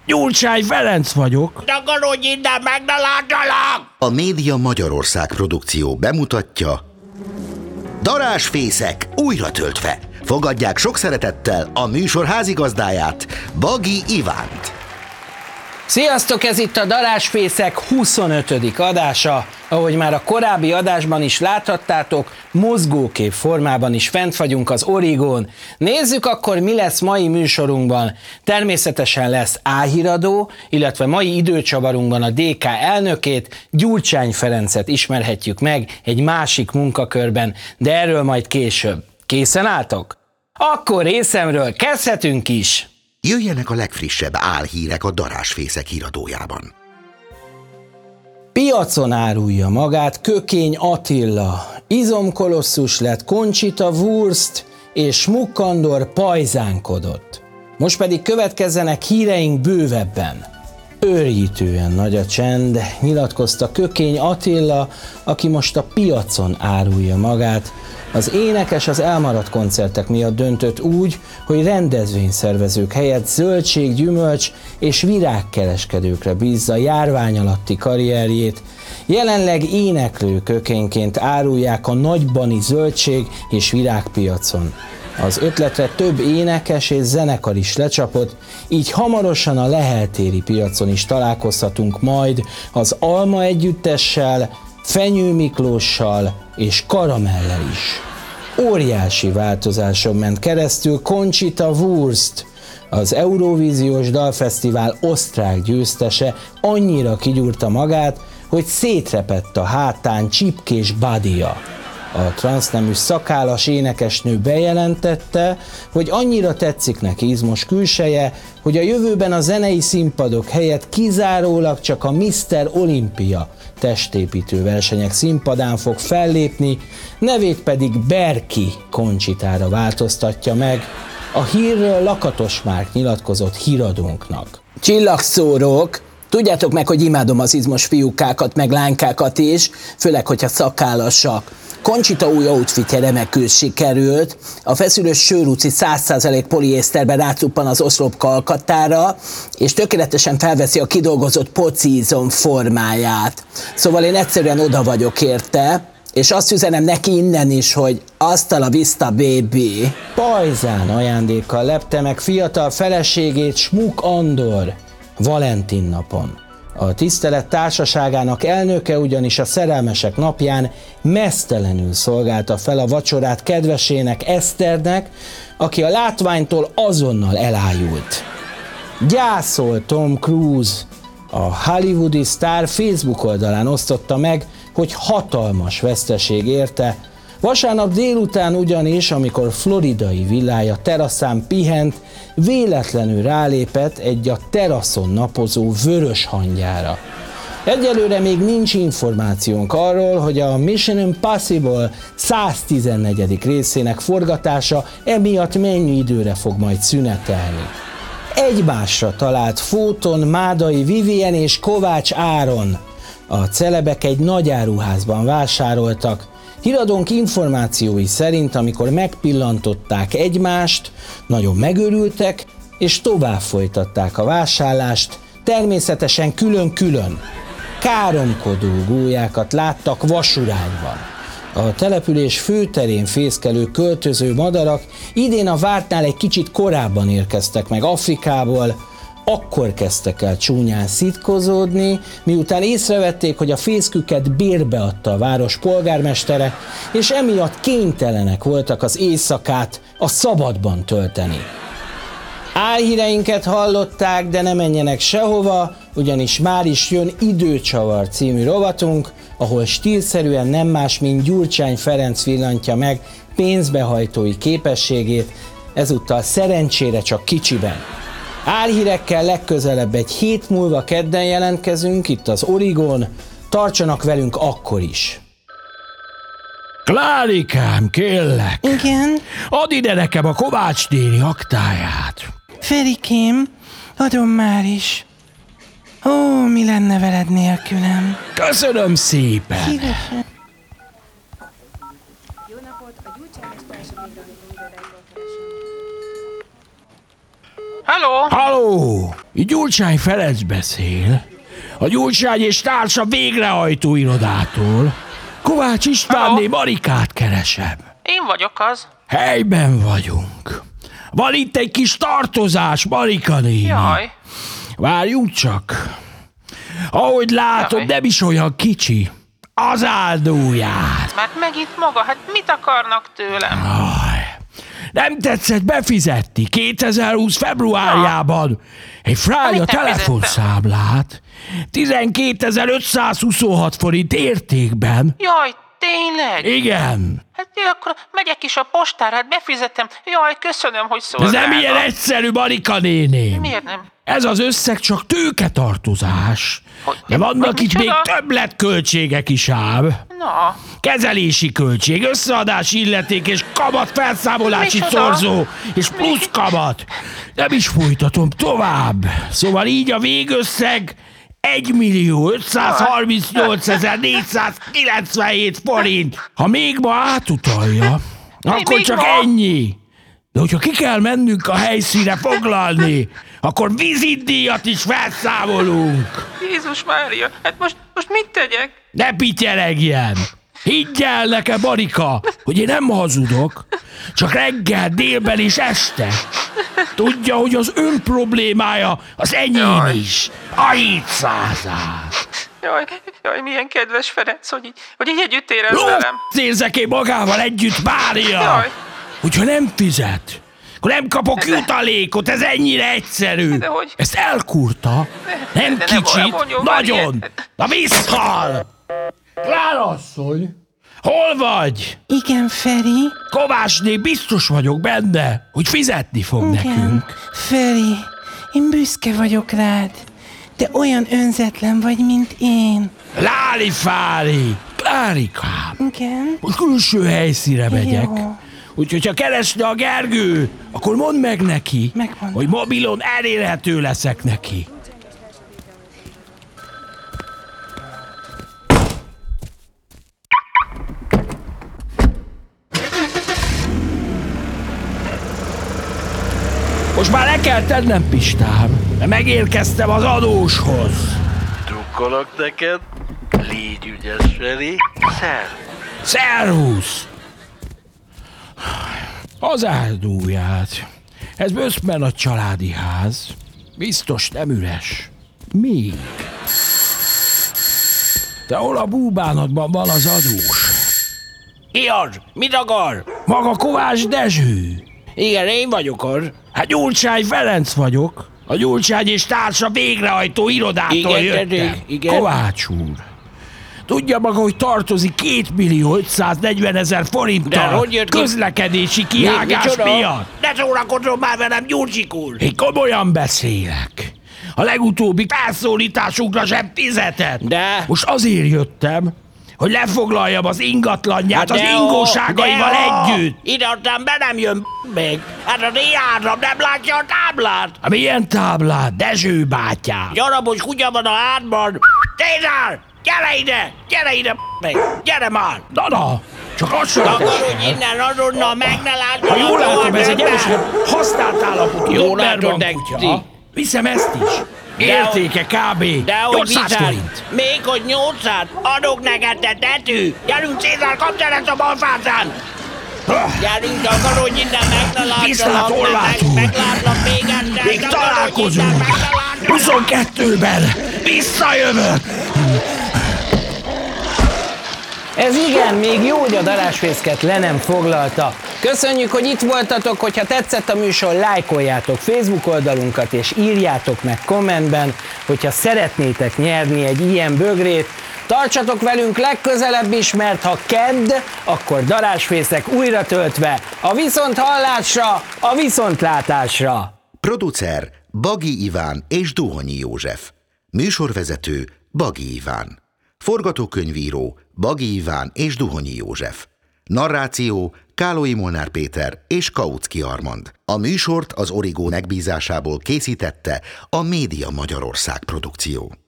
Gyurcsány Ferenc vagyok. Takarodj innen, meg ne láttalak! A Média Magyarország produkció bemutatja Darázsfészek újra töltve. Fogadják sok szeretettel a műsor házigazdáját, Bagi Ivánt. Sziasztok, ez itt a Darázsfészek 25. adása. Ahogy már a korábbi adásban is láthattátok, mozgókép formában is fent vagyunk az Origón. Nézzük akkor, mi lesz mai műsorunkban. Természetesen lesz álhíradó, illetve mai időcsavarunkban a DK elnökét, Gyurcsány Ferencet ismerhetjük meg egy másik munkakörben, de erről majd később. Készen álltok? Akkor részemről kezdhetünk is! Jöjjenek a legfrissebb álhírek a Darázsfészek híradójában. Piacon árulja magát Kökény Attila, izomkolosszus lett Conchita Wurst, és Schmuck Andor pajzánkodott. Most pedig következzenek híreink bővebben. Őrjítően nagy a csend, nyilatkozta Kökény Attila, aki most a piacon árulja magát. Az énekes az elmaradt koncertek miatt döntött úgy, hogy rendezvényszervezők helyett zöldség, gyümölcs és virágkereskedőkre bízza járvány alatti karrierjét. Jelenleg éneklő kökényként árulják a nagybani zöldség és virágpiacon. Az ötletre több énekes és zenekar is lecsapott, így hamarosan a Leheltéri piacon is találkozhatunk majd az Alma együttessel, Fenyő Miklóssal és Karamellel is. Óriási változáson ment keresztül Conchita Wurst, az Eurovíziós Dalfesztivál osztrák győztese annyira kigyúrta magát, hogy szétrepett a hátán csipkés badia. A transznemű szakállas énekesnő bejelentette, hogy annyira tetszik neki izmos külseje, hogy a jövőben a zenei színpadok helyett kizárólag csak a Mr. Olympia testépítő versenyek színpadán fog fellépni, nevét pedig Berki Conchitára változtatja meg. A hírről Lakatos Márk nyilatkozott híradónknak. Csillagszórók! Tudjátok meg, hogy imádom az izmos fiúkákat, meg lánykákat is, főleg, hogyha szakállasak. Conchita új outfitje remekül sikerült, a feszülős sőruci 100% poliészterben rácuppan az oszlop kalkattára, és tökéletesen felveszi a kidolgozott pocizom formáját. Szóval én egyszerűen oda vagyok érte, és azt üzenem neki innen is, hogy hasta la vista, baby. Pajzán ajándékkal lepte meg fiatal feleségét Schmuck Andor Valentin napon. A tisztelet társaságának elnöke ugyanis a szerelmesek napján meztelenül szolgálta fel a vacsorát kedvesének, Eszternek, aki a látványtól azonnal elájult. Gyászol Tom Cruise. A hollywoodi sztár Facebook oldalán osztotta meg, hogy hatalmas veszteség érte. Vasárnap délután ugyanis, amikor floridai villája teraszán pihent, véletlenül rálépett egy a teraszon napozó vörös hangyára. Egyelőre még nincs információnk arról, hogy a Mission Impossible 114. részének forgatása emiatt mennyi időre fog majd szünetelni. Egymásra talált Fóton Mádai Vivien és Kovács Áron. A celebek egy nagyáruházban vásároltak. Híradónk információi szerint, amikor megpillantották egymást, nagyon megörültek, és tovább folytatták a vásárlást, természetesen külön-külön. Káromkodó gólyákat láttak vasurányban. A település főterén fészkelő költöző madarak idén a vártnál egy kicsit korábban érkeztek meg Afrikából, akkor kezdtek el csúnyán szitkozódni, miután észrevették, hogy a fészküket bérbe adta a város polgármestere, és emiatt kénytelenek voltak az éjszakát a szabadban tölteni. Álhíreinket hallották, de ne menjenek sehova, ugyanis már is jön Időcsavar című rovatunk, ahol stílszerűen nem más, mint Gyurcsány Ferenc villantja meg pénzbehajtói képességét, ezúttal szerencsére csak kicsiben. Álhírekkel legközelebb egy hét múlva kedden jelentkezünk itt az Origón, tartsanak velünk akkor is. Klárikám, kérlek. Igen? Add ide nekem a Kovács néni aktáját. Ferikém, adom már is. Ó, mi lenne veled nélkülem? Köszönöm szépen. Szívesen. Jó napot, a Gyurcsány Mesterségi Irányító Irodáiból keresünk. Halló? Halló! Gyurcsány Ferenc beszél. A Gyurcsány és társa végrehajtó irodától. Kovács Istvánné Marikát keresem. Én vagyok az. Helyben vagyunk. Van itt egy kis tartozás, Marika néni. Jaj. Várjunk csak. Ahogy látod, Jaj. nem is olyan kicsi. Az áldóját. Mert megint maga, hát mit akarnak tőlem? Nem tetszett befizetni 2020 februárjában egy fránya Mit nem telefonszámlát 12.526 forint értékben. Jaj, tényleg? Igen. Hát én akkor megyek is a postára, hát befizetem. Jaj, köszönöm, hogy Ez szolgálnak. nem ilyen egyszerű, Marika néném. Miért nem? Ez az összeg csak tőketartozás. De vannak itt még micsoda? többletköltségek is ám. Na, Kezelési költség, összeadási illeték és kamat felszámolási Micsoda? szorzó és plusz kamat. Nem is folytatom tovább. Szóval így a végösszeg 1.538.497 forint. Ha még ma átutalja, akkor még csak ma? ennyi. De hogyha ki kell mennünk a helyszínre foglalni, akkor vizitdíjat is felszámolunk. Jézus Mária, hát most mit tegyek? Ne pityeregjen! Higgy el nekem, Marika, hogy én nem hazudok, csak reggel, délben és este. Tudja, hogy az ön problémája az enyém is. A 700. Jaj, milyen kedves Ferenc, hogy így együtt érez velem. Érzek én magával együtt, Mária. Jaj. Hogyha nem fizet, akkor nem kapok jutalékot, ez ennyire egyszerű. De hogy? Ezt elkurta. Nem de nem kicsit, olyan mondjon már nagyon. ilyet. Na visszhal! Klára asszony, hol vagy? Igen, Feri. Kovácsné, biztos vagyok benne, hogy fizetni fog nekünk. Feri, én büszke vagyok rád. Te olyan önzetlen vagy, mint én. Láli-fáli! Klárikám, Igen? most külső helyszínre megyek. Jó. Úgyhogy ha keresne a Gergő, akkor mondd meg neki, Megmondom. hogy mobilon elérhető leszek neki. Most már le kell tennem, Pistám, mert megérkeztem az adóshoz. Drukkolok neked, légy ügyes, Feri. Szervusz! Az áldóját. Ez böszmen a családi ház. Biztos nem üres. Még. De hol a búbánatban van az adós? Ki az? Mit akar? Maga Kovács Dezső. Igen, én vagyok az. Hát Gyurcsány Ferenc vagyok. A Gyurcsány és társa végrehajtó irodától Igen, jöttem. tessék, igen. Kovács úr. Tudja maga, hogy tartozik 2.540.000 De forinttal hogy jött ki? közlekedési kihágás Micsoda? miatt. Ne szórakozom már velem, Gyurcsik úr! Én komolyan beszélek. A legutóbbi felszólításunkra sem fizetett. De? Most azért jöttem, hogy lefoglaljam az ingatlanját az de ingóságaival együtt. Ide aztán be nem jön még. Hát az én házam nem látja a táblát. Hát milyen táblát, Dezső bátyám? Gyarapos kutya van a házban. Tézár! Gyere ide, meg! Gyere már! Na, csak azt sem Akarodj innen azonnal, meg ne lássd. Ha jól látom, ez egy erősen használt állapotú Jól Doberman látod, de kutya. ti. Viszem ezt is. Értéke kb. De hogy 800 viszed? forint. Még hogy 800? Adok neked, te tetű! Gyerünk, Cézár, kapd el ezt a balfázán! Gyerünk, akarodj innen, meg ne lásd. Viszlát, Horváth úr. Meglátlak még egyszer. Még akarodj találkozunk. innen, meg ne lásd. 22-ben visszajövök. Ez igen, még jó, hogy a darásfészket le nem foglalta. Köszönjük, hogy itt voltatok, hogyha tetszett a műsor, lájkoljátok Facebook oldalunkat, és írjátok meg kommentben, hogyha szeretnétek nyerni egy ilyen bögrét. Tartsatok velünk legközelebb is, mert ha kedd, akkor darásfészek újra töltve. A viszonthallásra, a viszontlátásra! Producer Bagi Iván és Duhonyi József. Műsorvezető Bagi Iván. Forgatókönyvíró Bagi Iván és Duhonyi József. Narráció Kálói Molnár Péter és Kautsky Armand. A műsort az Origo megbízásából készítette a Média Magyarország produkció.